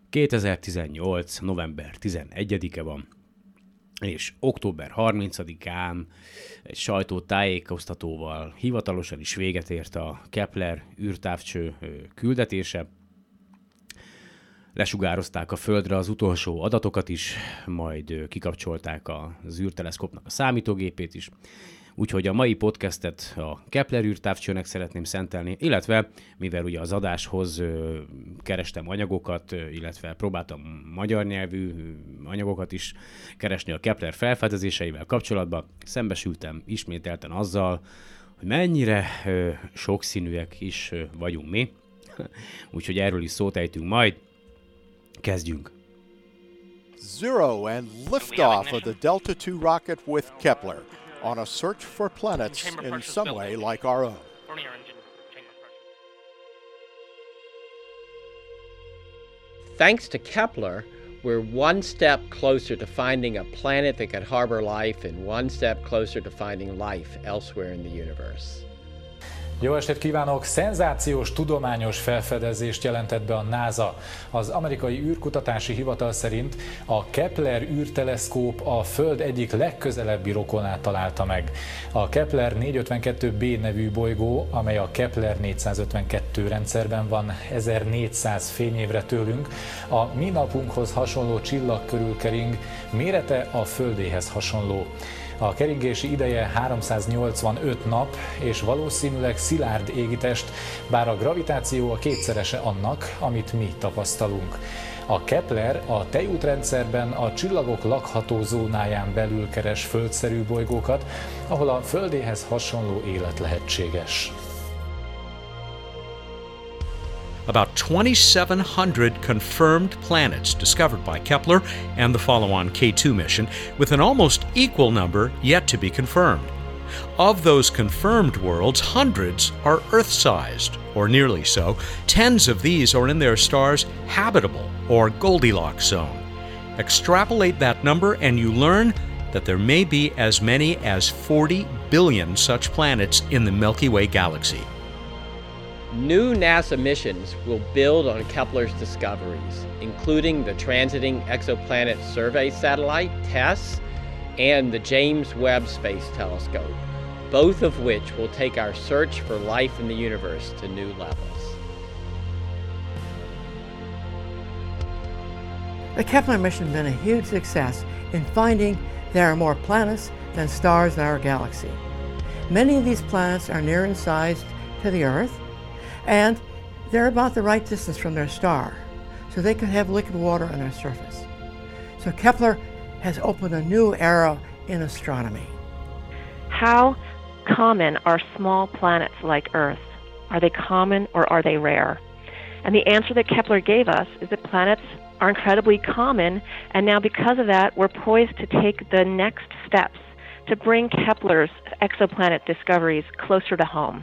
2018. november 11-e van, és október 30-án egy sajtótájékoztatóval hivatalosan is véget ért a Kepler űrtávcső küldetése. Lesugározták a Földre az utolsó adatokat is, majd kikapcsolták az űrteleszkópnak a számítógépét is. Úgyhogy a mai podcastet a Kepler űrtávcsőnek szeretném szentelni, illetve mivel ugye az adáshoz kerestem anyagokat, illetve próbáltam magyar nyelvű anyagokat is keresni a Kepler felfedezéseivel kapcsolatban, szembesültem ismételten azzal, hogy mennyire sokszínűek is vagyunk mi. Úgyhogy erről is szót ejtünk majd. Kezdjünk! Zero and liftoff of the Delta II rocket with Kepler on a search for planets in some way like our own. Thanks to Kepler, we're one step closer to finding a planet that could harbor life and one step closer to finding life elsewhere in the universe. Jó estét kívánok! Szenzációs tudományos felfedezést jelentett be a NASA. Az amerikai űrkutatási hivatal szerint a Kepler űrteleszkóp a Föld egyik legközelebbi rokonát találta meg. A Kepler 452b nevű bolygó, amely a Kepler 452 rendszerben van 1400 fényévre tőlünk, a mi napunkhoz hasonló csillag körül kering, mérete a Földéhez hasonló. A keringési ideje 385 nap, és valószínűleg szilárd égitest, bár a gravitáció a kétszerese annak, amit mi tapasztalunk. A Kepler a tejútrendszerben a csillagok lakható zónáján belül keres földszerű bolygókat, ahol a Földéhez hasonló élet lehetséges. About 2,700 confirmed planets discovered by Kepler and the follow-on K2 mission, with an almost equal number yet to be confirmed. Of those confirmed worlds, hundreds are Earth-sized, or nearly so. Tens of these are in their star's habitable, or Goldilocks zone. Extrapolate that number and you learn that there may be as many as 40 billion such planets in the Milky Way galaxy. New NASA missions will build on Kepler's discoveries, including the Transiting Exoplanet Survey Satellite, TESS, and the James Webb Space Telescope, both of which will take our search for life in the universe to new levels. The Kepler mission has been a huge success in finding there are more planets than stars in our galaxy. Many of these planets are near in size to the Earth, and they're about the right distance from their star, so they could have liquid water on their surface. So Kepler has opened a new era in astronomy. How common are small planets like Earth? Are they common or are they rare? And the answer that Kepler gave us is that planets are incredibly common, and now because of that, we're poised to take the next steps to bring Kepler's exoplanet discoveries closer to home.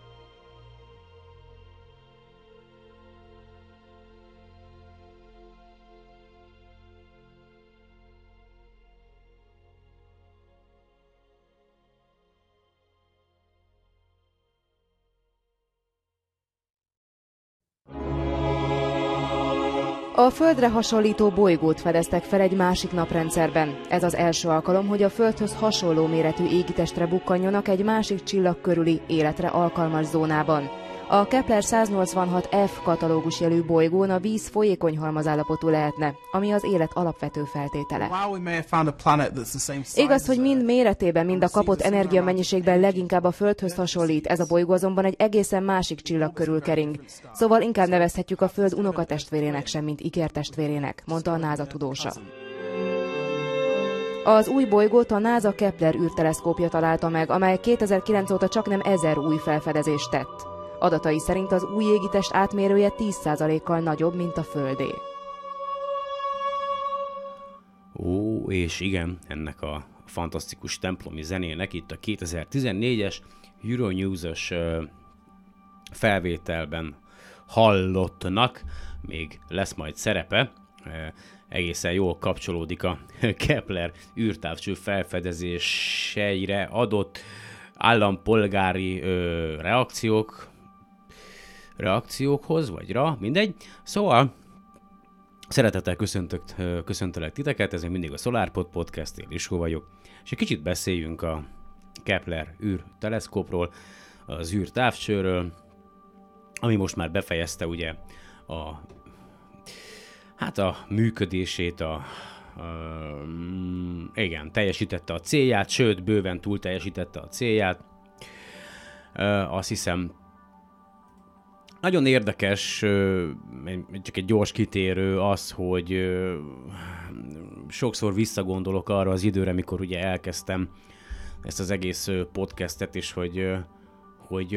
A Földre hasonlító bolygót fedeztek fel egy másik naprendszerben. Ez az első alkalom, hogy a Földhöz hasonló méretű égitestre bukkanjonak egy másik csillag körüli, életre alkalmas zónában. A Kepler 186f katalógusjelű bolygón a víz folyékony halmazállapotú lehetne, ami az élet alapvető feltétele. Igaz, hogy mind méretében, mind a kapott energiamennyiségben leginkább a Földhöz hasonlít, ez a bolygó azonban egy egészen másik csillag körül kering. Szóval inkább nevezhetjük a Föld unokatestvérének sem, mint ikertestvérének, mondta a NASA tudósa. Az új bolygót a NASA Kepler űrteleszkópja találta meg, amely 2009 óta csaknem 1000 új felfedezést tett. Adatai szerint az új égitest átmérője 10%-kal nagyobb, mint a Földé. Ó, és igen, ennek a fantasztikus templomi zenének itt a 2014-es Euronews-os felvételben hallottnak még lesz majd szerepe. Egészen jól kapcsolódik a Kepler űrtávcső felfedezéseire adott állampolgári reakciókhoz, mindegy. Szóval Szeretettel köszöntelek titeket, ez még mindig a SolarPod Podcast, én Iskó vagyok, és egy kicsit beszéljünk a Kepler űrteleszkópról, az űrtávcsőről, ami most már befejezte ugye a működését, igen, teljesítette a célját, sőt, bőven túl teljesítette a célját. Azt hiszem, nagyon érdekes, csak egy gyors kitérő az, hogy sokszor visszagondolok arra az időre, mikor ugye elkezdtem ezt az egész podcastet, és hogy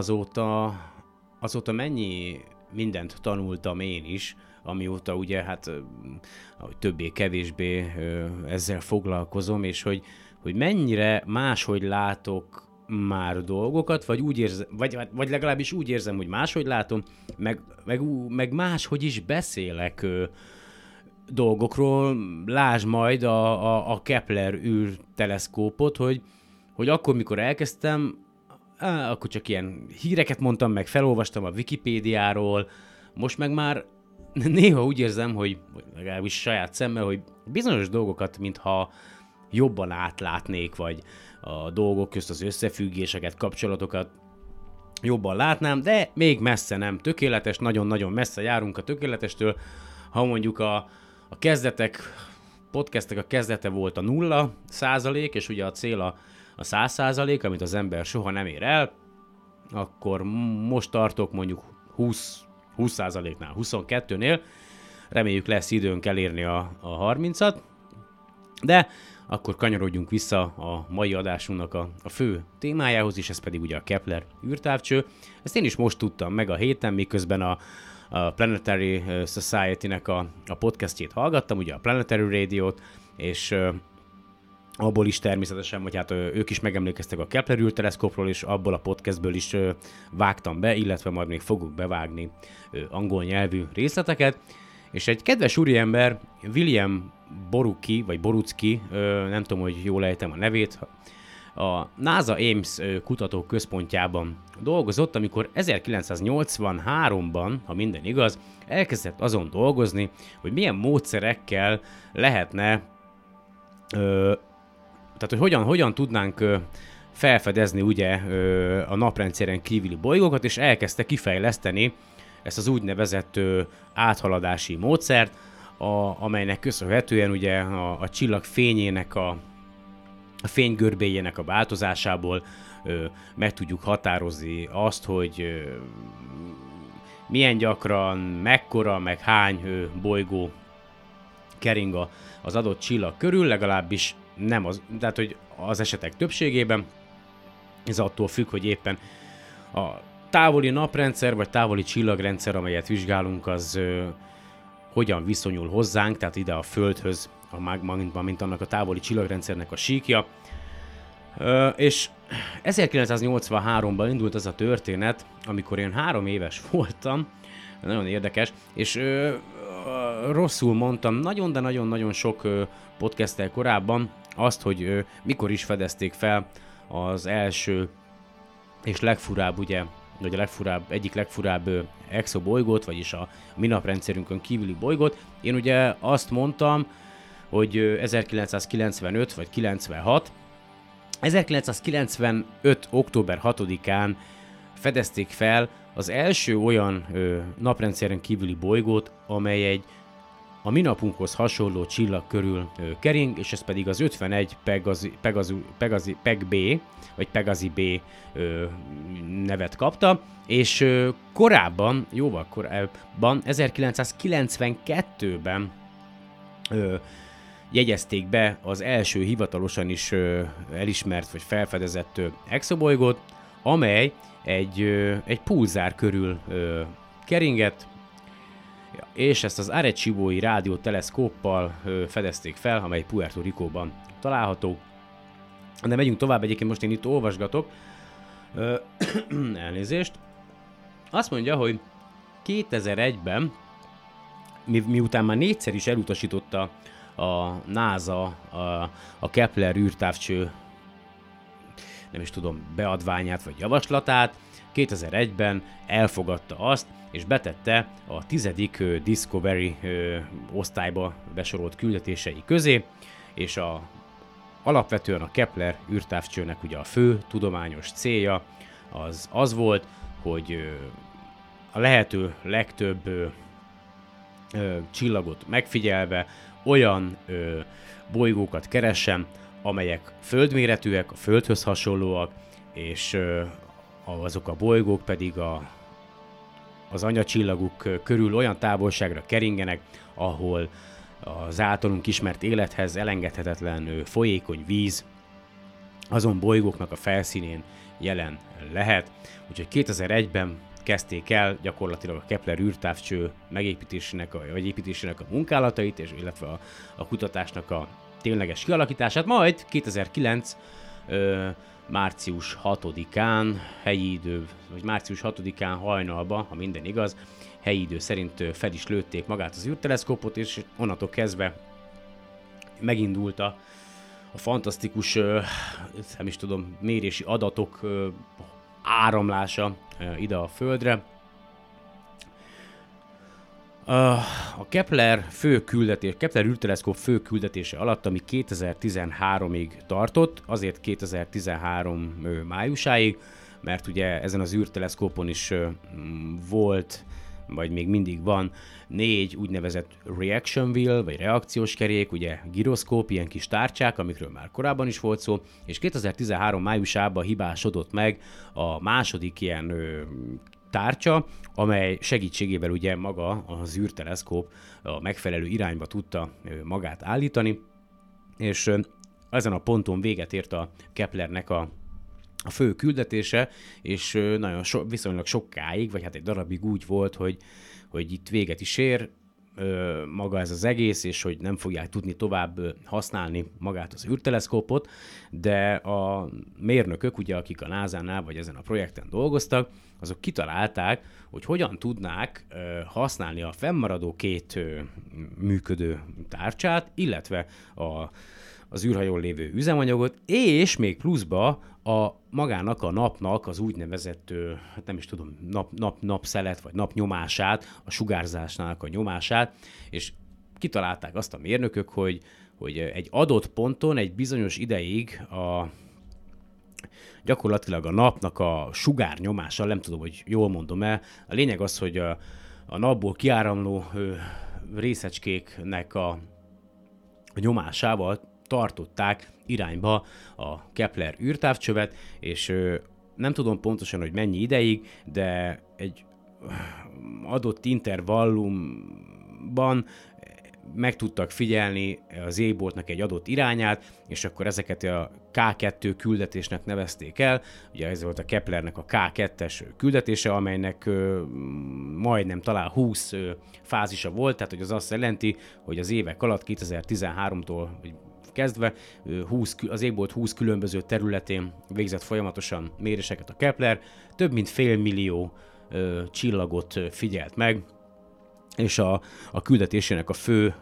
azóta mennyi mindent tanultam én is, amióta ugye ahogy többé-kevésbé ezzel foglalkozom, meg mennyire máshogy látok már dolgokat, vagy úgy érzem, vagy legalábbis úgy érzem, hogy máshogy látom, meg máshogy is beszélek dolgokról. Lásd majd a Kepler űrteleszkópot, hogy akkor, mikor elkezdtem, akkor csak ilyen híreket mondtam, meg felolvastam a Wikipédiáról, most meg már néha úgy érzem, hogy legalábbis saját szemmel, hogy bizonyos dolgokat, mintha jobban átlátnék, vagy a dolgok közt az összefüggéseket, kapcsolatokat jobban látnám, de még messze nem tökéletes, nagyon-nagyon messze járunk a tökéletestől. Ha mondjuk a podcastek a kezdete volt a 0%, és ugye a cél a 100%, amit az ember soha nem ér el, akkor most tartok mondjuk 20%-nál, 22-nél, reméljük lesz időnk elérni a 30-at, de akkor kanyarodjunk vissza a mai adásunknak a fő témájához, és ez pedig ugye a Kepler űrtávcső. Ezt én is most tudtam meg a héten, miközben a Planetary Society-nek a podcastjét hallgattam, ugye a Planetary Radio-t, és abból is természetesen, vagy ők is megemlékeztek a Kepler űrteleszkópról, és abból a podcastből is vágtam be, illetve majd még fogok bevágni angol nyelvű részleteket. És egy kedves úriember, William Borucki, nem tudom, hogy jól ejtem a nevét, a NASA Ames kutatóközpontjában dolgozott, amikor 1983-ban, ha minden igaz, elkezdett azon dolgozni, hogy milyen módszerekkel lehetne, tehát hogy hogyan tudnánk felfedezni ugye a naprendszeren kívüli bolygókat, és elkezdte kifejleszteni ezt az úgynevezett áthaladási módszert, amelynek köszönhetően ugye a csillag fényének, a fénygörbéjének a változásából meg tudjuk határozni azt, hogy milyen gyakran, mekkora, meg hány bolygó kering az adott csillag körül, legalábbis nem tehát hogy az esetek többségében. Ez attól függ, hogy éppen a távoli naprendszer, vagy távoli csillagrendszer, amelyet vizsgálunk, az hogyan viszonyul hozzánk, tehát ide a Földhöz, mint annak a távoli csillagrendszernek a síkja. És 1983-ban indult az a történet, amikor én 3 éves voltam, nagyon érdekes, és rosszul mondtam nagyon, de nagyon-nagyon sok podcasttel korábban azt, hogy mikor is fedezték fel az első és legfurább, ugye, vagy egyik legfurább exobolygót, vagyis a mi naprendszerünkön kívüli bolygót. Én ugye azt mondtam, hogy 1995 vagy 96. 1995. október 6-án fedezték fel az első olyan naprendszeren kívüli bolygót, amely a mi napunkhoz hasonló csillag körül kering, és ez pedig az 51 Peg B, vagy Pegasi B nevet kapta, és korábban, jóval korábban, 1992-ben jegyezték be az első hivatalosan is elismert vagy felfedezett exobolygót, amely egy pulzár körül keringett, és ezt az Arecibo-i rádióteleszkóppal fedezték fel, amely Puerto Ricóban található. De megyünk tovább, egyébként most én itt olvasgatok. Elnézést. Azt mondja, hogy 2001-ben, miután már 4-szer is elutasította a NASA a Kepler űrtávcső, nem is tudom, beadványát vagy javaslatát, 2001-ben elfogadta azt, és betette a 10. Discovery osztályba besorolt küldetései közé, és alapvetően a Kepler űrtávcsőnek ugye a fő tudományos célja az volt, hogy a lehető legtöbb csillagot megfigyelve olyan bolygókat keressen, amelyek földméretűek, a Földhöz hasonlóak, és azok a bolygók pedig az anyacsillaguk körül olyan távolságra keringenek, ahol az általunk ismert élethez elengedhetetlen folyékony víz azon bolygóknak a felszínén jelen lehet. Úgyhogy 2001-ben kezdték el gyakorlatilag a Kepler űrtávcső megépítésének építésének a munkálatait, és illetve a kutatásnak a tényleges kialakítását, majd 2009 március 6-án helyi idő, vagy március 6-án hajnalba, ha minden igaz, helyi idő szerint fel is lőtték magát az űrteleszkópot, és onnantól kezdve megindult a fantasztikus, nem is tudom, mérési adatok áramlása ide a Földre. A Kepler űrteleszkóp fő küldetése alatt, ami 2013-ig tartott, azért 2013 májusáig, mert ugye ezen az űrteleszkópon is volt, vagy még mindig van 4 úgynevezett reaction wheel, vagy reakciós kerék, ugye giroszkóp, ilyen kis tárcsák, amikről már korábban is volt szó, és 2013 májusában hibásodott meg a második ilyen tárcsa, amely segítségével ugye maga az űrteleszkóp a megfelelő irányba tudta magát állítani, és ezen a ponton véget ért a Keplernek a fő küldetése, és viszonylag sokáig, vagy hát egy darabig úgy volt, hogy itt véget is ér maga ez az egész, és hogy nem fogják tudni tovább használni magát az űrteleszkópot, de a mérnökök, ugye, akik a NASA-nál vagy ezen a projekten dolgoztak, azok kitalálták, hogy hogyan tudnák használni a fennmaradó 2 működő tárcsát, illetve az űrhajón lévő üzemanyagot, és még pluszba magának a napnak az úgynevezett, hát nem is tudom, napszelet, vagy napnyomását, a sugárzásnak a nyomását, és kitalálták azt a mérnökök, hogy egy adott ponton egy bizonyos ideig gyakorlatilag a napnak a sugárnyomása, nem tudom, hogy jól mondom-e, a lényeg az, hogy a napból kiáramló részecskéknek a nyomásával tartották irányba a Kepler űrtávcsövet, és nem tudom pontosan, hogy mennyi ideig, de egy adott intervallumban meg tudtak figyelni az égboltnak egy adott irányát, és akkor ezeket a K2 küldetésnek nevezték el. Ugye ez volt a Keplernek a K2-es küldetése, amelynek majdnem talán 20 fázisa volt, tehát hogy az azt jelenti, hogy az évek alatt 2013-tól kezdve az égbolt 20 különböző területén végzett folyamatosan méréseket a Kepler, több mint 500 000 csillagot figyelt meg, és a küldetésének a fő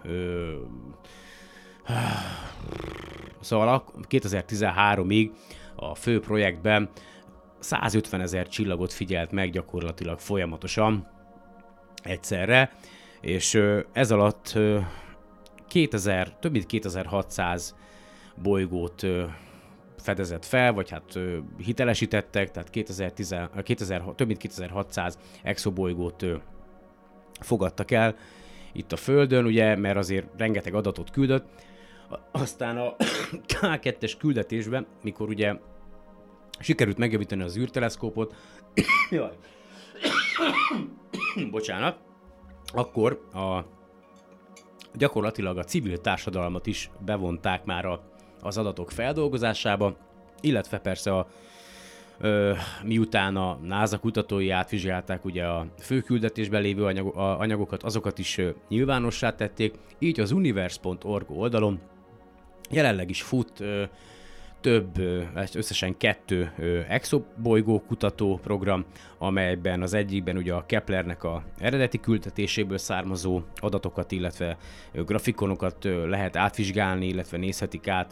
szóval 2013-ig a fő projektben 150 000 csillagot figyelt meg gyakorlatilag folyamatosan egyszerre, és ez alatt több mint 2600 bolygót fedezett fel, vagy hát hitelesítettek, tehát több mint 2600 exobolygót fogadtak el itt a Földön, ugye, mert azért rengeteg adatot küldött. Aztán a K2-es küldetésben, mikor ugye sikerült megjavítani az űrteleszkópot, bocsánat, akkor gyakorlatilag a civil társadalmat is bevonták már az adatok feldolgozásába, illetve persze miután a NASA kutatói átvizsgálták ugye a főküldetésben lévő anyagokat, azokat is nyilvánossá tették, így az universe.org oldalon jelenleg is fut összesen 2 exobolygó kutató program, amelyben az egyikben ugye a Keplernek a eredeti küldetéséből származó adatokat, illetve grafikonokat lehet átvizsgálni, illetve nézhetik át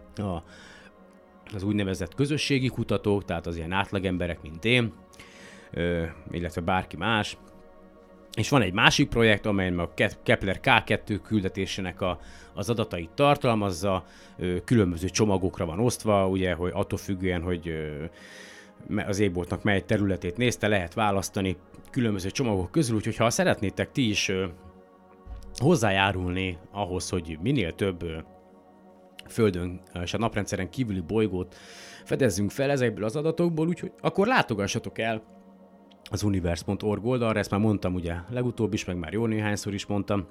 az úgynevezett közösségi kutatók, tehát az ilyen átlagemberek, mint én. illetve bárki más. És van egy másik projekt, amely a Kepler K2 küldetésének az adatait tartalmazza, különböző csomagokra van osztva, ugye, hogy attól függően, hogy az égboltnak mely területét nézte, lehet választani különböző csomagok közül, úgyhogy ha szeretnétek ti is hozzájárulni ahhoz, hogy minél több Földön és a naprendszeren kívüli bolygót fedezzünk fel ezekből az adatokból, úgyhogy akkor látogassatok el az universe.org oldalra, ezt már mondtam ugye legutóbb is, meg már jó néhányszor is mondtam,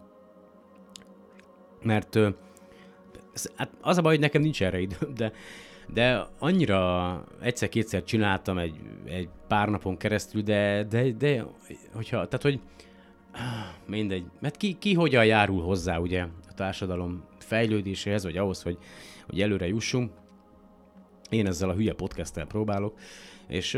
mert hát az a baj, hogy nekem nincs erre időm, de annyira egyszer-kétszer csináltam egy pár napon keresztül, de hogyha, tehát hogy mindegy, mert ki hogyan járul hozzá ugye a társadalom fejlődéséhez, vagy ahhoz, hogy előre jussunk. Én ezzel a hülye podcasttel próbálok, és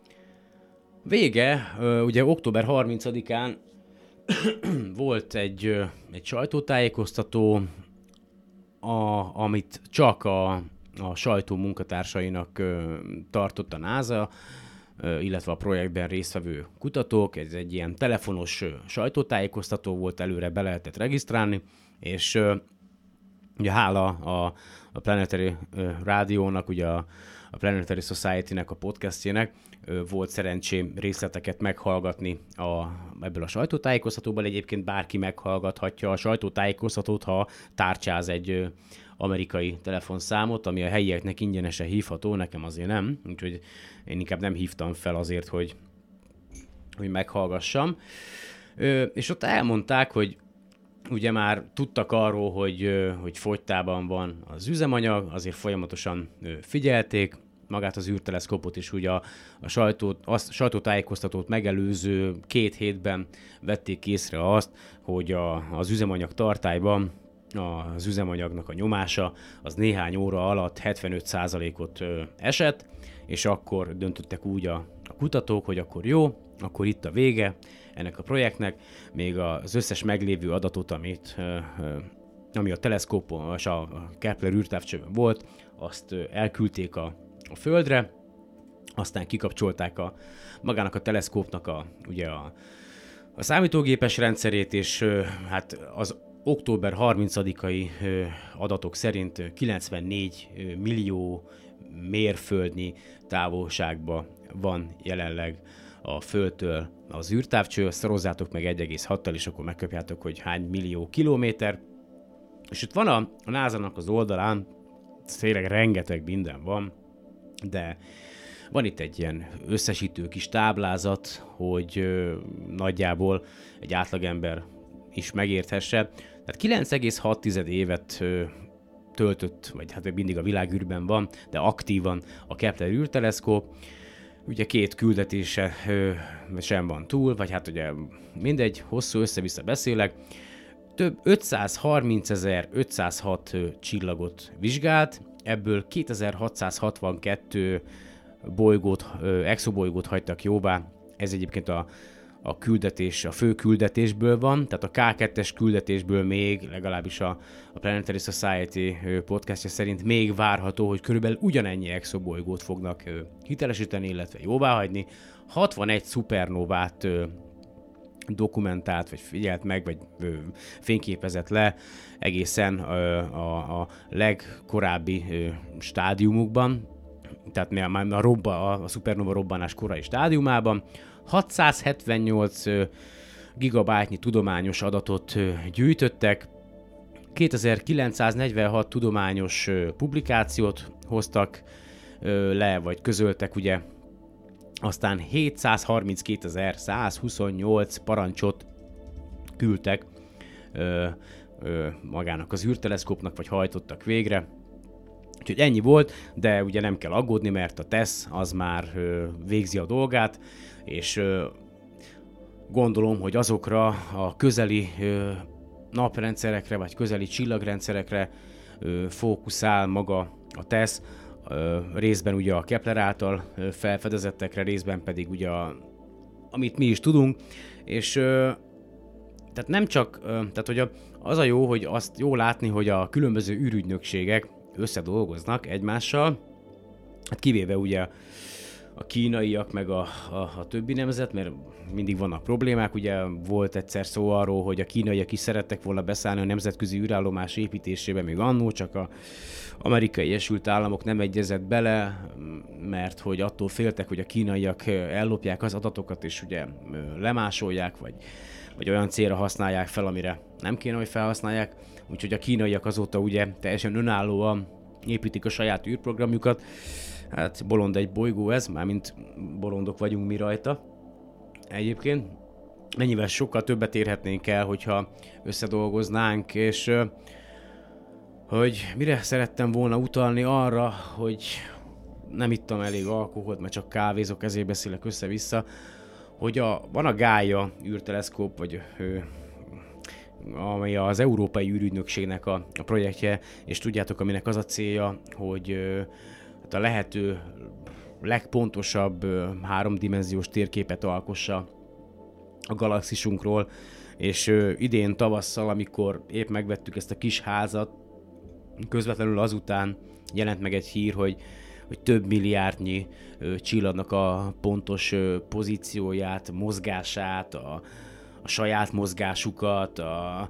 vége, ugye október 30-án volt egy sajtótájékoztató, amit csak a sajtó munkatársainak tartott a NASA, illetve a projektben résztvevő kutatók. Ez egy ilyen telefonos sajtótájékoztató volt, előre be lehetett regisztrálni, és ugye hála a Planetary Rádiónak, ugye a Planetary Society-nek a podcastjének volt szerencsém részleteket meghallgatni ebből a sajtótájékoztatóból. Egyébként bárki meghallgathatja a sajtótájékoztatót, ha tárcsáz egy amerikai telefonszámot, ami a helyieknek ingyenesen hívható, nekem azért nem, úgyhogy én inkább nem hívtam fel azért, hogy meghallgassam. És ott elmondták, hogy ugye már tudtak arról, hogy fogytában van az üzemanyag, azért folyamatosan figyelték magát az űrteleszkópot, és ugye a sajtótájékoztatót megelőző 2 hétben vették észre azt, hogy az üzemanyag tartályban az üzemanyagnak a nyomása az néhány óra alatt 75%-ot esett, és akkor döntöttek úgy a kutatók, hogy akkor jó, akkor itt a vége ennek a projektnek, még az összes meglévő adatot, ami a teleszkópon és a Kepler űrtávcsőben volt, azt elküldték a Földre, aztán kikapcsolták magának a teleszkópnak ugye a számítógépes rendszerét, és hát az október 30-ai adatok szerint 94 millió mérföldnyi távolságban van jelenleg a Földtől az űrtávcső, szorozzátok meg 1,6-tal, és akkor megkapjátok, hogy hány millió kilométer. És itt van a NASA-nak az oldalán, tényleg rengeteg minden van, de van itt egy ilyen összesítő kis táblázat, hogy nagyjából egy átlagember is megérthesse. Tehát 9,6 évet töltött, vagy hát mindig a világűrben van, de aktívan a Kepler űrteleszkóp. Ugye 2 küldetése sem van túl, vagy hát ugye mindegy, hosszú össze-vissza beszélek. Több 530.506 csillagot vizsgált, ebből 2662 exobolygót hagytak jóvá. Ez egyébként a fő küldetésből van, tehát a K2-es küldetésből még, legalábbis a Planetary Society podcastja szerint még várható, hogy körülbelül ugyanennyi exobolygót fognak hitelesíteni, illetve jóváhagyni. 61 szupernovát dokumentált, vagy figyelt meg, vagy fényképezett le egészen a legkorábbi stádiumukban, tehát már a szupernova robbanás korai stádiumában. 678 gigabájtnyi tudományos adatot gyűjtöttek, 2946 tudományos publikációt hoztak le, vagy közöltek, ugye, aztán 732.128 parancsot küldtek magának az űrteleszkópnak, vagy hajtottak végre. Úgyhogy ennyi volt, de ugye nem kell aggódni, mert a TESS az már végzi a dolgát, és gondolom, hogy azokra a közeli naprendszerekre, vagy közeli csillagrendszerekre fókuszál maga a TESS, részben ugye a Kepler által felfedezettekre, részben pedig ugye amit mi is tudunk, és tehát nem csak, tehát hogy az a jó, hogy azt jó látni, hogy a különböző űrügynökségek összedolgoznak egymással, hát kivéve ugye kínaiak, meg a többi nemzet, mert mindig vannak problémák. Ugye volt egyszer szó arról, hogy a kínaiak is szerettek volna beszállni a nemzetközi űrállomás építésébe, még annó, csak az Amerikai Egyesült Államok nem egyezett bele, mert hogy attól féltek, hogy a kínaiak ellopják az adatokat, és ugye lemásolják, vagy olyan célra használják fel, amire nem kéne, hogy felhasználják. Úgyhogy a kínaiak azóta ugye teljesen önállóan építik a saját űrprogramjukat. Hát bolond egy bolygó ez, mármint bolondok vagyunk mi rajta. Egyébként mennyivel sokkal többet érhetnénk el, hogyha összedolgoznánk, és hogy mire szerettem volna utalni arra, hogy nem ittam elég alkoholt, mert csak kávézok, ezért beszélek össze-vissza, hogy van a Gaia űrteleszkóp, vagy ami az Európai űrügynökségnek a projektje, és tudjátok, aminek az a célja, hogy a lehető legpontosabb háromdimenziós térképet alkossa a galaxisunkról, és idén tavasszal, amikor épp megvettük ezt a kis házat, közvetlenül azután jelent meg egy hír, hogy több milliárdnyi csillagnak a pontos pozícióját, mozgását, a saját mozgásukat,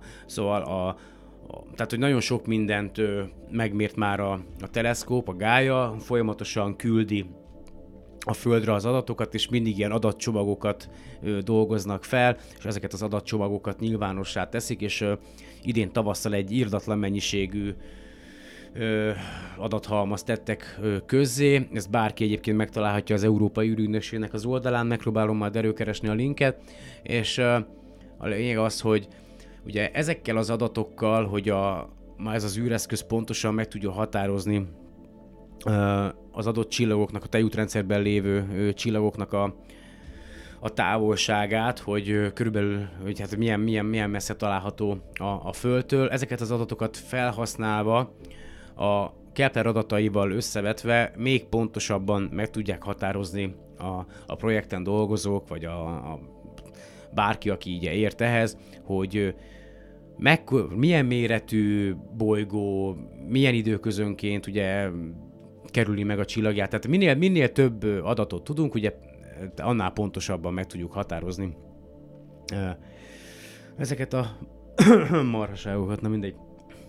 tehát, hogy nagyon sok mindent megmért már a teleszkóp, a Gaia, folyamatosan küldi a Földre az adatokat, és mindig ilyen adatcsomagokat dolgoznak fel, és ezeket az adatcsomagokat nyilvánossá teszik, és idén tavasszal egy irdatlan mennyiségű adathalmazt tettek közzé. Ezt bárki egyébként megtalálhatja az Európai űrügynökségnek az oldalán, megpróbálom majd előkeresni a linket, és a lényeg az, hogy ugye ezekkel az adatokkal, hogy már ez az űreszköz pontosan meg tudja határozni az adott csillagoknak, a tejútrendszerben lévő csillagoknak a távolságát, hogy körülbelül, hogy hát milyen messze található a Földtől. Ezeket az adatokat felhasználva, a Kepler adataival összevetve még pontosabban meg tudják határozni a projekten dolgozók, vagy bárki, aki így ért ehhez, hogy milyen méretű bolygó, milyen időközönként ugye kerüli meg a csillagját. Tehát minél több adatot tudunk, ugye annál pontosabban meg tudjuk határozni ezeket a marhaságokat, na mindegy.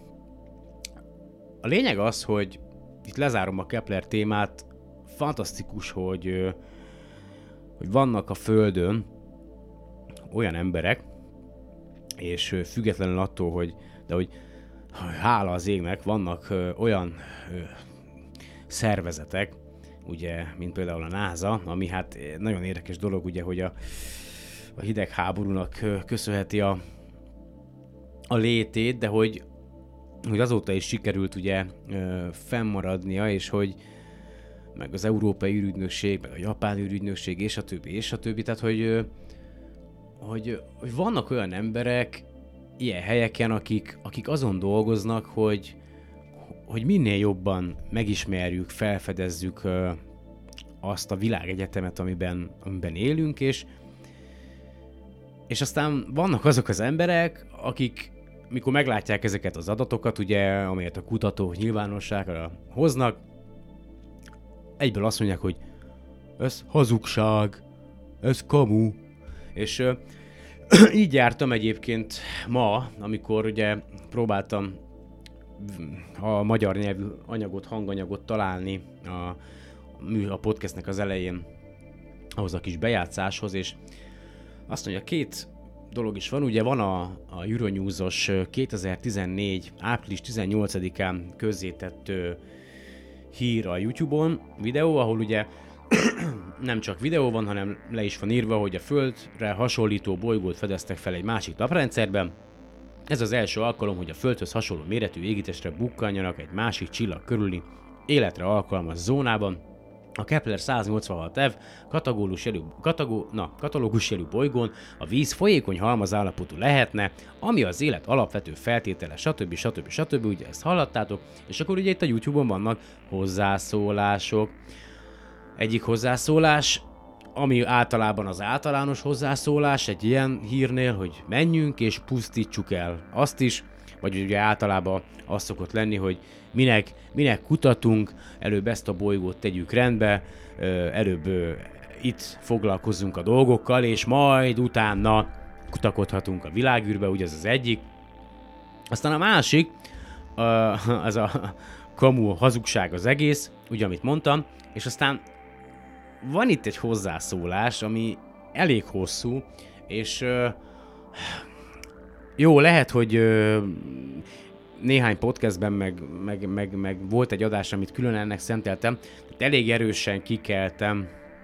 A lényeg az, hogy itt lezárom a Kepler témát, fantasztikus, hogy vannak a Földön olyan emberek, és függetlenül attól, hogy hála az égnek, vannak olyan szervezetek, ugye, mint például a NASA, ami hát nagyon érdekes dolog, ugye, hogy a hidegháborúnak köszönheti a létét, de hogy azóta is sikerült ugye fennmaradnia, és hogy meg az Európai űrügynökség, meg a Japán űrügynökség, és a többi, tehát hogy vannak olyan emberek ilyen helyeken, akik azon dolgoznak, hogy minél jobban megismerjük, felfedezzük azt a világegyetemet, amiben élünk, és aztán vannak azok az emberek, akik mikor meglátják ezeket az adatokat, ugye, amelyet a kutatók nyilvánosságra hoznak, egyből azt mondják, hogy ez hazugság, ez kamu. És így jártam egyébként ma, amikor ugye próbáltam a magyar nyelvű hanganyagot találni a podcastnek az elején ahhoz a kis bejátszáshoz, és azt mondja, két dolog is van, ugye van a Euronews-os 2014. április 18-án közzétett hír a YouTube-on, videó, ahol ugye nem csak videó van, hanem le is van írva, hogy a Földre hasonlító bolygót fedeztek fel egy másik naprendszerben. Ez az első alkalom, hogy a Földhöz hasonló méretű égitestre bukkanjanak egy másik csillag körüli életre alkalmas zónában. A Kepler 186f katalógus jelű bolygón a víz folyékony halmazállapotú lehetne, ami az élet alapvető feltétele, stb. Ugye ezt hallottátok, és akkor ugye itt a YouTube-on vannak hozzászólások. Egyik hozzászólás ami általában az általános hozzászólás egy ilyen hírnél, hogy menjünk és pusztítsuk el azt is, vagy ugye általában az szokott lenni, hogy minek kutatunk, előbb ezt a bolygót tegyük rendbe, előbb itt foglalkozzunk a dolgokkal, és majd utána kutakodhatunk a világűrbe, ugye ez az egyik. Aztán a másik, ez a kamu hazugság az egész, ugye amit mondtam, és aztán van itt egy hozzászólás, ami elég hosszú, és jó, lehet, hogy néhány podcastben meg volt egy adás, amit külön ennek szenteltem, tehát elég erősen kikeltem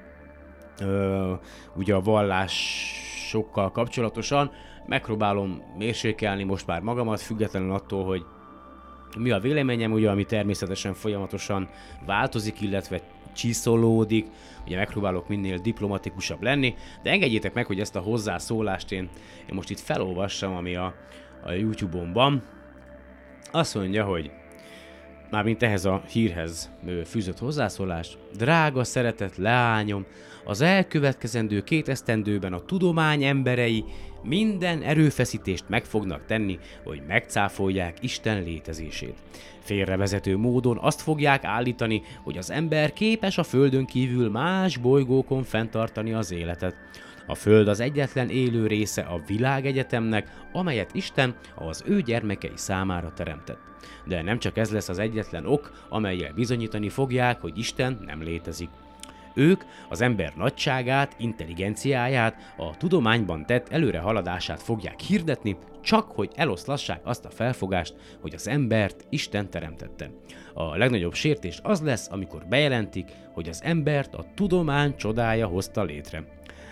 ugye a vallásokkal kapcsolatosan, megpróbálom mérsékelni most már magamat, függetlenül attól, hogy mi a véleményem, ugye, ami természetesen folyamatosan változik, illetve csiszolódik, ugye megpróbálok minél diplomatikusabb lenni, de engedjétek meg, hogy ezt a hozzászólást én most itt felolvassam, ami a YouTube-on van. Azt mondja, hogy mármint ehhez a hírhez fűzött hozzászólás: drága szeretett leányom, az elkövetkezendő 2 esztendőben a tudomány emberei minden erőfeszítést meg fognak tenni, hogy megcáfolják Isten létezését. Félrevezető módon azt fogják állítani, hogy az ember képes a Földön kívül más bolygókon fenntartani az életet. A Föld az egyetlen élő része a világegyetemnek, amelyet Isten az ő gyermekei számára teremtett. De nem csak ez lesz az egyetlen ok, amellyel bizonyítani fogják, hogy Isten nem létezik. Ők az ember nagyságát, intelligenciáját, a tudományban tett előrehaladását fogják hirdetni, csak hogy eloszlassák azt a felfogást, hogy az embert Isten teremtette. A legnagyobb sértés az lesz, amikor bejelentik, hogy az embert a tudomány csodája hozta létre.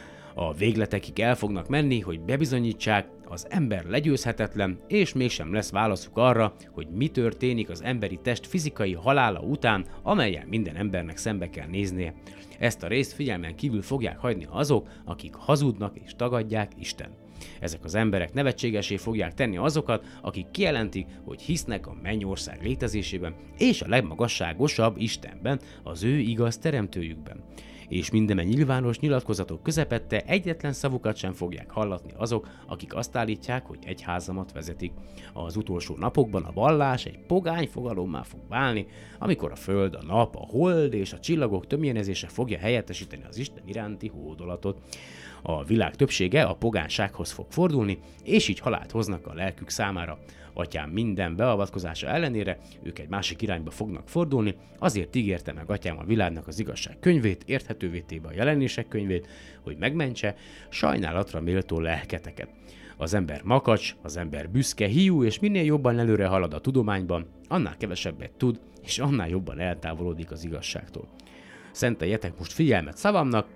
A végletekig el fognak menni, hogy bebizonyítsák, az ember legyőzhetetlen, és mégsem lesz válaszuk arra, hogy mi történik az emberi test fizikai halála után, amellyel minden embernek szembe kell néznie. Ezt a részt figyelmen kívül fogják hagyni azok, akik hazudnak és tagadják Isten. Ezek az emberek nevetségesé fogják tenni azokat, akik kijelentik, hogy hisznek a mennyország létezésében és a legmagasságosabb Istenben, az ő igaz teremtőjükben. És mindenen nyilvános nyilatkozatok közepette egyetlen szavukat sem fogják hallatni azok, akik azt állítják, hogy egyházamat vezetik. Az utolsó napokban a vallás egy pogány fogalommá fog válni, amikor a föld, a nap, a hold és a csillagok tömjénezése fogja helyettesíteni az Isten iránti hódolatot. A világ többsége a pogánysághoz fog fordulni, és így halált hoznak a lelkük számára. Atyám minden beavatkozása ellenére ők egy másik irányba fognak fordulni, azért ígérte meg Atyám a világnak az igazság könyvét, érthetővé téve a jelenések könyvét, hogy megmentse sajnálatra méltó lelketeket. Az ember makacs, az ember büszke, hiú, és minél jobban előre halad a tudományban, annál kevesebbet tud, és annál jobban eltávolodik az igazságtól. Szenteljetek most figyelmet szavamnak,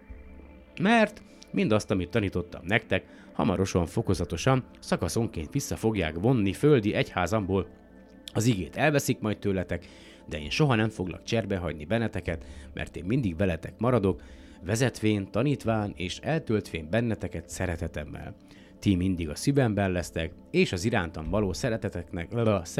mert mindazt, amit tanítottam nektek, hamarosan, fokozatosan, szakaszonként vissza fogják vonni földi egyházamból. Az igét elveszik majd tőletek, de én soha nem foglak cserbe hagyni benneteket, mert én mindig veletek maradok, vezetvén, tanítván és eltöltvén benneteket szeretetemmel. Ti mindig a szívemben lesztek, és az irántam való szeretetetnek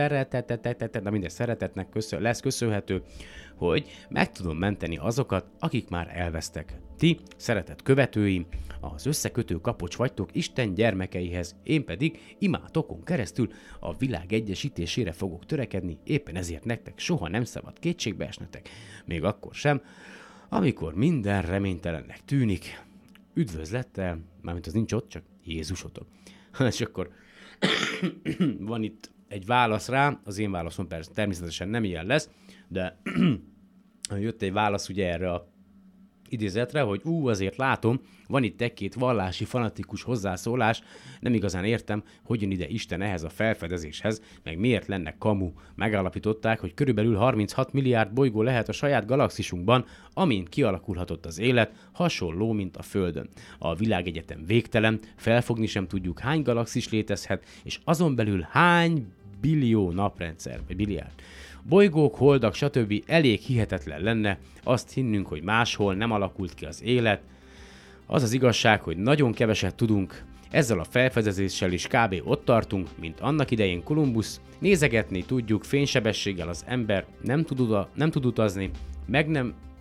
lesz köszönhető, hogy meg tudom menteni azokat, akik már elvesztek. Ti, szeretett követőim, az összekötő kapocs vagytok Isten gyermekeihez, én pedig imátokon keresztül a világ egyesítésére fogok törekedni, éppen ezért nektek soha nem szabad kétségbe esnetek, még akkor sem, amikor minden reménytelennek tűnik. Üdvözlettel, mármint az nincs ott, csak Jézusotok. És akkor van itt egy válasz rá, az én válaszom persze természetesen nem ilyen lesz, de jött egy válasz ugye erre a idézetre, hogy azért látom, van itt egy-két vallási fanatikus hozzászólás, nem igazán értem, hogy jön ide Isten ehhez a felfedezéshez, meg miért lenne kamu. Megállapították, hogy körülbelül 36 milliárd bolygó lehet a saját galaxisunkban, amin kialakulhatott az élet, hasonló, mint a Földön. A világegyetem végtelen, felfogni sem tudjuk, hány galaxis létezhet, és azon belül hány billió naprendszer, vagy billiárd. Bolygók, holdak, stb. Elég hihetetlen lenne azt hinnünk, hogy máshol nem alakult ki az élet. Az az igazság, hogy nagyon keveset tudunk, ezzel a felfedezéssel is kb. Ott tartunk, mint annak idején Kolumbusz. Nézegetni tudjuk fénysebességgel az ember, nem tud utazni,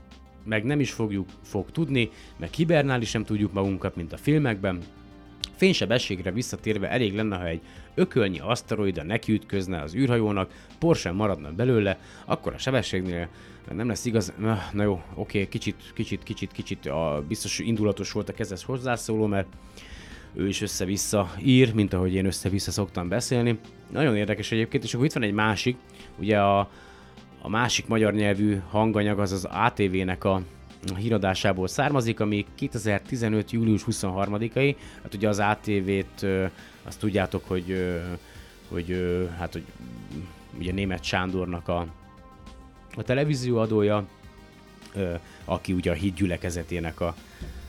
meg nem is fog tudni, meg hibernálni sem tudjuk magunkat, mint a filmekben. Fénysebességre visszatérve elég lenne, ha egy ökölnyi aszteroida nekiütközne az űrhajónak, por sem maradna belőle, akkor a sebességnél nem lesz igaz. Na jó, oké, kicsit biztos indulatos volt a kezdes hozzászóló, mert ő is össze-vissza ír, mint ahogy én össze-vissza szoktam beszélni. Nagyon érdekes egyébként, és akkor itt van egy másik, ugye a másik magyar nyelvű hanganyag az ATV-nek a híradásából származik, ami 2015. július 23-ai. Hát ugye az ATV-t azt tudjátok, hogy ugye Németh Sándornak a televízióadója, aki ugye a Híd gyülekezetének a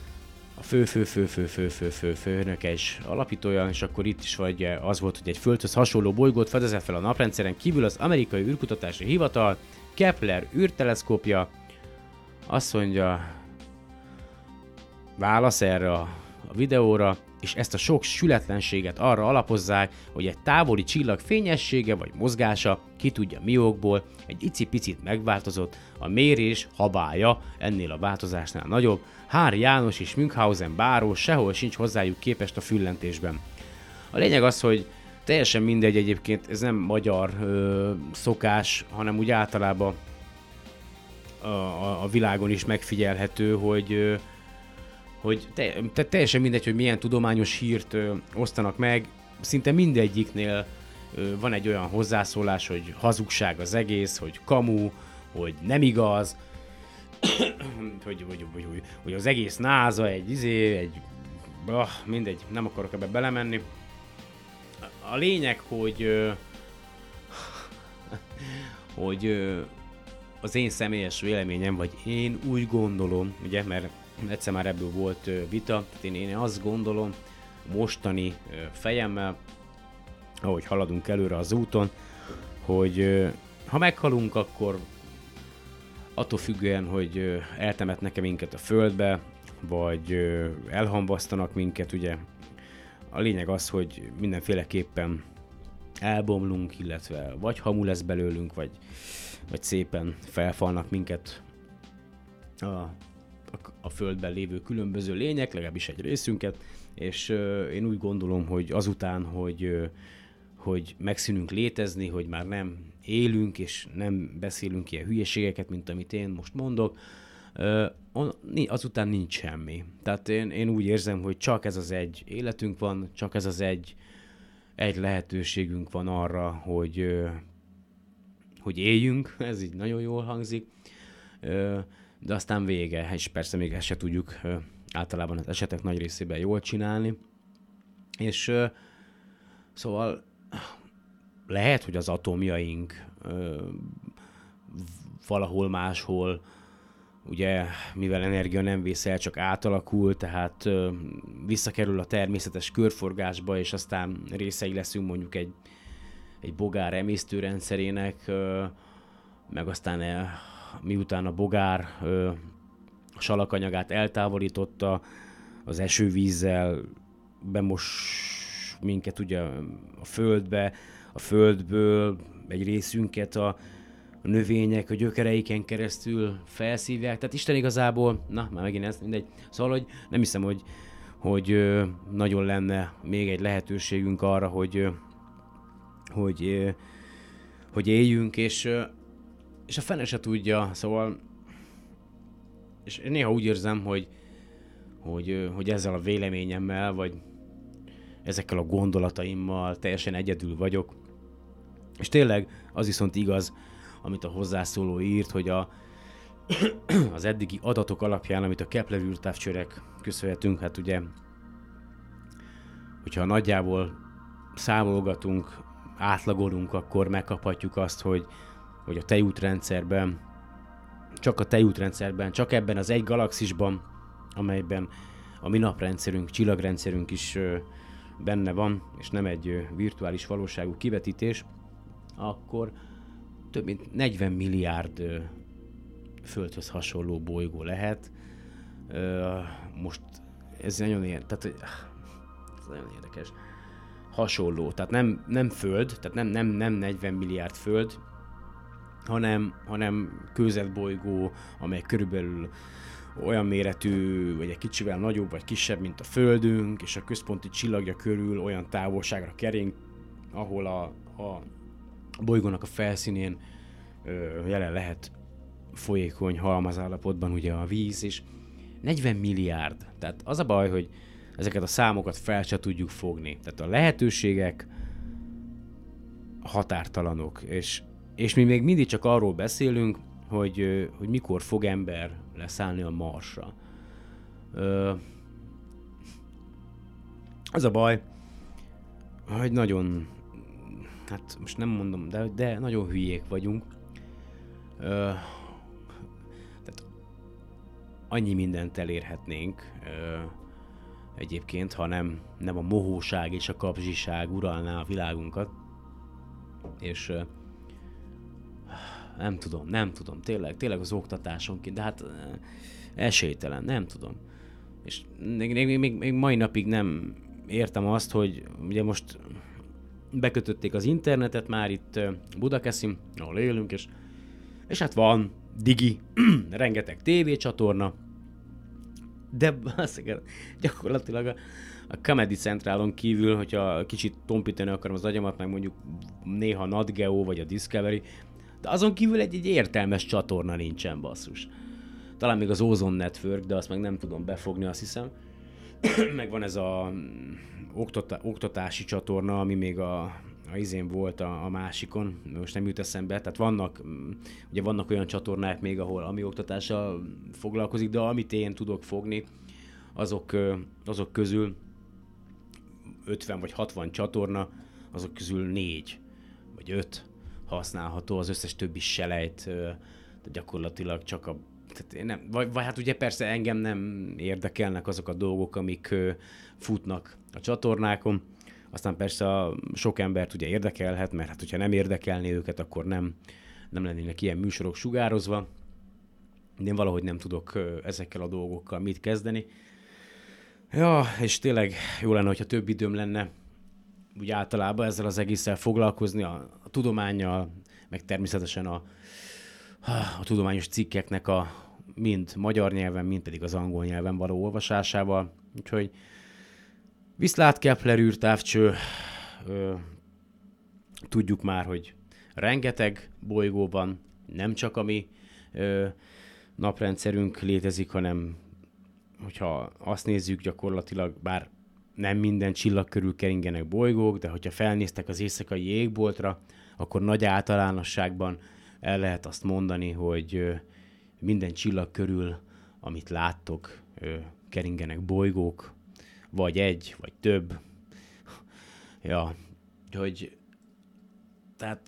főnöke és alapítója, és akkor itt is vagy az volt, hogy egy Földhöz hasonló bolygót fedezett fel a naprendszeren kívül az Amerikai űrkutatási hivatal Kepler űrteleszkópja. Azt mondja, válasz erre a videóra, és ezt a sok sületlenséget arra alapozzák, hogy egy távoli csillag fényessége vagy mozgása, ki tudja mi okból, egy icipicit megváltozott, a mérés habája ennél a változásnál nagyobb, Hári János és Münchhausen báró sehol sincs hozzájuk képest a füllentésben. A lényeg az, hogy teljesen mindegy egyébként, ez nem magyar szokás, hanem úgy általában a világon is megfigyelhető, hogy teljesen mindegy, hogy milyen tudományos hírt osztanak meg, szinte mindegyiknél van egy olyan hozzászólás, hogy hazugság az egész, hogy kamu, hogy nem igaz, hogy az egész NASA mindegy, nem akarok ebbe belemenni. A lényeg, hogy az én személyes véleményem, vagy én úgy gondolom, ugye, mert egyszer már ebből volt vita, tehát én azt gondolom mostani fejemmel, ahogy haladunk előre az úton, hogy ha meghalunk, akkor attól függően, hogy eltemetnek-e minket a földbe, vagy elhamvasztanak minket, ugye. A lényeg az, hogy mindenféleképpen elbomlunk, illetve vagy hamu lesz belőlünk, vagy szépen felfalnak minket a földben lévő különböző lények, legalábbis egy részünket, és én úgy gondolom, hogy azután, hogy megszűnünk létezni, hogy már nem élünk, és nem beszélünk ilyen hülyeségeket, mint amit én most mondok, azután nincs semmi. Tehát én úgy érzem, hogy csak ez az egy életünk van, csak ez az egy lehetőségünk van arra, hogy éljünk, ez így nagyon jól hangzik, de aztán vége, és persze még ezt se tudjuk általában az esetek nagy részében jól csinálni. És szóval lehet, hogy az atomjaink valahol máshol, ugye, mivel energia nem vész el, csak átalakul, tehát visszakerül a természetes körforgásba, és aztán részei leszünk mondjuk egy bogár emésztőrendszerének, meg aztán miután a bogár a salakanyagát eltávolította, az esővízzel bemos minket ugye a földbe, a földből egy részünket a növények a gyökereiken keresztül felszívják, tehát Isten igazából, na már megint ez, mindegy. Szóval, hogy nem hiszem, hogy nagyon lenne még egy lehetőségünk arra, hogy éljünk, és a fene se tudja, szóval, és én néha úgy érzem, hogy ezzel a véleményemmel, vagy ezekkel a gondolataimmal teljesen egyedül vagyok. És tényleg az viszont igaz, amit a hozzászóló írt, hogy az eddigi adatok alapján, amit a Kepler űrtávcsőnek köszönhetünk, hát ugye, hogyha nagyjából számolgatunk, átlagolunk, akkor megkaphatjuk azt, hogy a tejútrendszerben, csak ebben az egy galaxisban, amelyben a mi naprendszerünk, csillagrendszerünk is benne van, és nem egy virtuális valóságú kivetítés, akkor több mint 40 milliárd Földhöz hasonló bolygó lehet. Most ez nagyon érdekes. Hasonló, tehát nem Föld, tehát nem 40 milliárd Föld, hanem kőzetbolygó, amely körülbelül olyan méretű, vagy egy kicsivel nagyobb, vagy kisebb, mint a Földünk, és a központi csillagja körül olyan távolságra kering, ahol a bolygónak a felszínén jelen lehet folyékony halmazállapotban ugye a víz, és 40 milliárd. Tehát az a baj, hogy ezeket a számokat fel se tudjuk fogni. Tehát a lehetőségek határtalanok, és mi még mindig csak arról beszélünk, hogy mikor fog ember leszállni a Marsra. Az a baj, hogy nagyon, hát most nem mondom, de nagyon hülyék vagyunk. Tehát annyi mindent elérhetnénk egyébként, ha nem a mohóság és a kapzsiság uralná a világunkat. És nem tudom, tényleg az oktatásonként, de hát esélytelen, nem tudom. És még mai napig nem értem azt, hogy ugye most bekötötték az internetet már itt Budakeszin, ahol élünk, és hát van digi, rengeteg tévécsatorna, de gyakorlatilag a Comedy Centralon kívül, hogyha kicsit tompítani akarom az agyamat, meg mondjuk néha Nat Geo vagy a Discovery, de azon kívül egy értelmes csatorna nincsen, basszus. Talán még az Ozone Network, de azt meg nem tudom befogni, azt hiszem. Meg van ez a oktatási csatorna, ami még a izén volt a másikon, most nem jut eszembe, tehát vannak olyan csatornák még, ami oktatással foglalkozik, de amit én tudok fogni, azok közül 50 vagy 60 csatorna, azok közül 4 vagy 5 használható, az összes többi selejt, de gyakorlatilag csak vagy hát ugye persze engem nem érdekelnek azok a dolgok, amik futnak a csatornákon, aztán persze sok embert ugye érdekelhet, mert hát hogyha nem érdekelné őket, akkor nem lennének ilyen műsorok sugározva. Én valahogy nem tudok ezekkel a dolgokkal mit kezdeni. Ja, és tényleg jó lenne, hogyha több időm lenne úgy általában ezzel az egésszel foglalkozni, a tudománnyal, meg természetesen a tudományos cikkeknek mind magyar nyelven, mind pedig az angol nyelven való olvasásával. Úgyhogy viszlát Kepler űrtávcső, tudjuk már, hogy rengeteg bolygó van, nem csak a mi naprendszerünk létezik, hanem hogyha azt nézzük, gyakorlatilag, bár nem minden csillag körül keringenek bolygók, de hogyha felnéztek az éjszakai égboltra, akkor nagy általánosságban el lehet azt mondani, hogy minden csillag körül, amit láttok, keringenek bolygók, vagy egy, vagy több. Ja, hogy tehát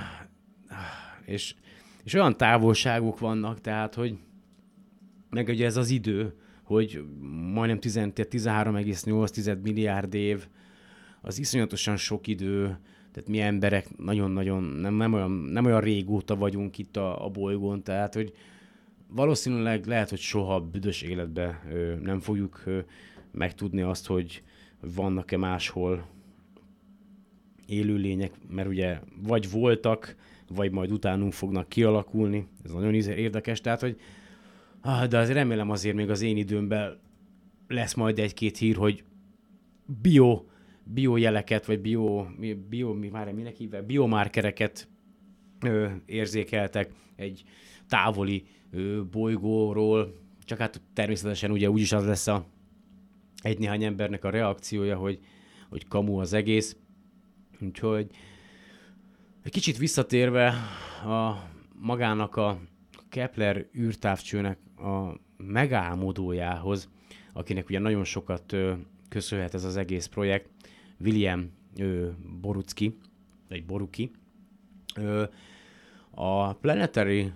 és olyan távolságok vannak, tehát, hogy meg ugye ez az idő, hogy majdnem 13,8 milliárd év, az iszonyatosan sok idő, tehát mi emberek nagyon-nagyon nem olyan régóta vagyunk itt a bolygón, tehát, hogy valószínűleg lehet, hogy soha büdös életben nem fogjuk megtudni azt, hogy vannak-e máshol élőlények, mert ugye vagy voltak, vagy majd utánunk fognak kialakulni. Ez nagyon érdekes, tehát, hogy de azért remélem azért még az én időmben lesz majd egy-két hír, hogy biojeleket, vagy minek hívják, biomarkereket érzékeltek egy távoli bolygóról, csak hát természetesen ugye úgyis az lesz egy néhány embernek a reakciója, hogy kamu az egész. Úgyhogy egy kicsit visszatérve magának a Kepler űrtávcsőnek a megálmodójához, akinek ugye nagyon sokat köszönhet ez az egész projekt, William Borucki. A Planetary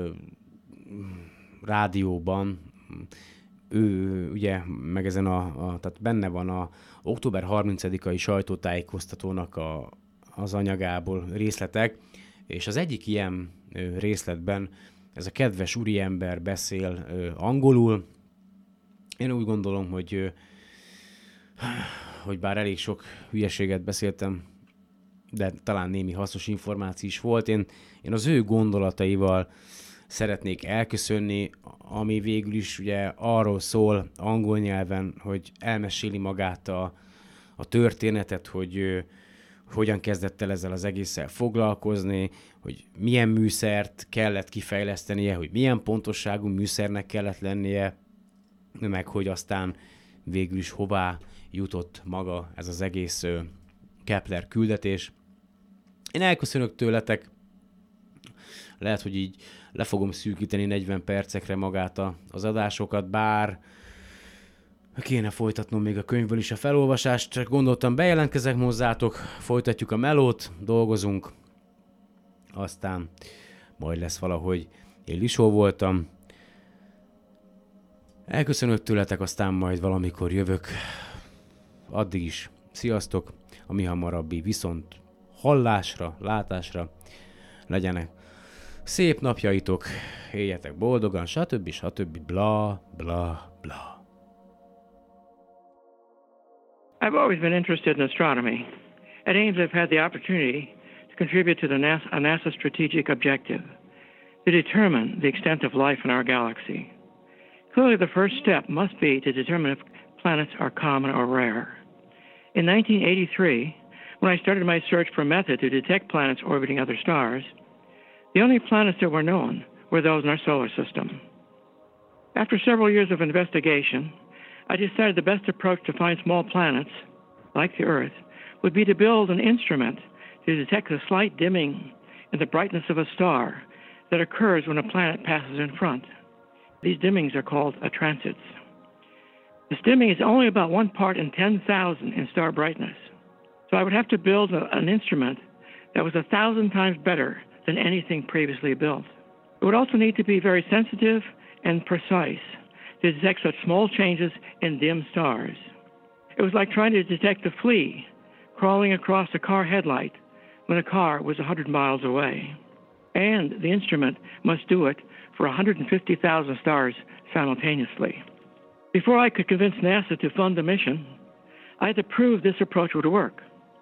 rádióban ő ugye, meg ezen tehát benne van a október 30-ai sajtótájékoztatónak az anyagából részletek, és az egyik ilyen részletben ez a kedves úriember beszél angolul. Én úgy gondolom, hogy bár elég sok hülyeséget beszéltem de talán némi hasznos információ is volt. Én az ő gondolataival szeretnék elköszönni, ami végül is ugye arról szól angol nyelven, hogy elmeséli magát a történetet, hogy hogyan kezdett el ezzel az egésszel foglalkozni, hogy milyen műszert kellett kifejlesztenie, hogy milyen pontosságú műszernek kellett lennie, meg hogy aztán végül is hová jutott maga ez az egész Kepler küldetés. Én elköszönök tőletek, lehet, hogy így le fogom szűkíteni 40 percekre magát az adásokat, bár kéne folytatnom még a könyvből is a felolvasást, csak gondoltam, bejelentkezek hozzátok, folytatjuk a melót, dolgozunk, aztán majd lesz valahogy. Én Lisó voltam, elköszönök tőletek, aztán majd valamikor jövök. Addig is sziasztok, a mi hamarabbi viszont hallásra, látásra legyenek szép napjaitok, éljetek boldogan, stb. Bla, bla, bla. I've always been interested in astronomy. At Ames, I've had the opportunity to contribute to a NASA strategic objective to determine the extent of life in our galaxy. Clearly, the first step must be to determine if planets are common or rare. In 1983, when I started my search for a method to detect planets orbiting other stars, the only planets that were known were those in our solar system. After several years of investigation, I decided the best approach to find small planets, like the Earth, would be to build an instrument to detect the slight dimming in the brightness of a star that occurs when a planet passes in front. These dimmings are called transits. This dimming is only about 1 part in 10,000 in star brightness. So I would have to build an instrument that was 1,000 times better than anything previously built. It would also need to be very sensitive and precise to detect such small changes in dim stars. It was like trying to detect a flea crawling across a car headlight when a car was 100 miles away. And the instrument must do it for 150,000 stars simultaneously. Before I could convince NASA to fund the mission, I had to prove this approach would work.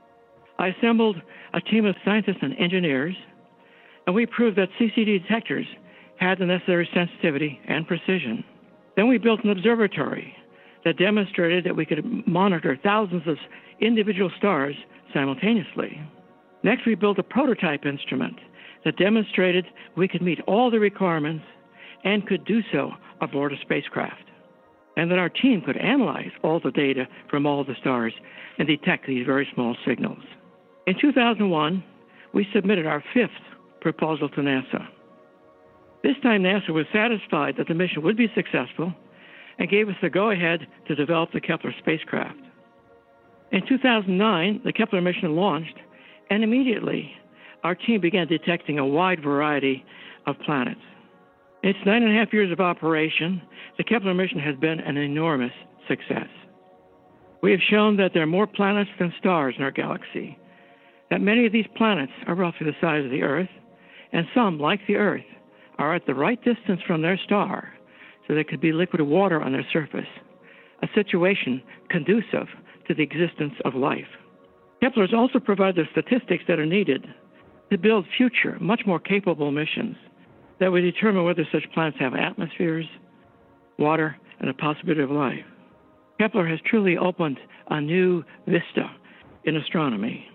I assembled a team of scientists and engineers, and we proved that CCD detectors had the necessary sensitivity and precision. Then we built an observatory that demonstrated that we could monitor thousands of individual stars simultaneously. Next, we built a prototype instrument that demonstrated we could meet all the requirements and could do so aboard a spacecraft, and that our team could analyze all the data from all the stars and detect these very small signals. In 2001, we submitted our 5th proposal to NASA. This time, NASA was satisfied that the mission would be successful and gave us the go-ahead to develop the Kepler spacecraft. In 2009, the Kepler mission launched, and immediately our team began detecting a wide variety of planets. In its 9.5 years of operation, the Kepler mission has been an enormous success. We have shown that there are more planets than stars in our galaxy, that many of these planets are roughly the size of the Earth, and some, like the Earth, are at the right distance from their star, so there could be liquid water on their surface, a situation conducive to the existence of life. Kepler has also provided the statistics that are needed to build future, much more capable missions that would determine whether such planets have atmospheres, water, and a possibility of life. Kepler has truly opened a new vista in astronomy.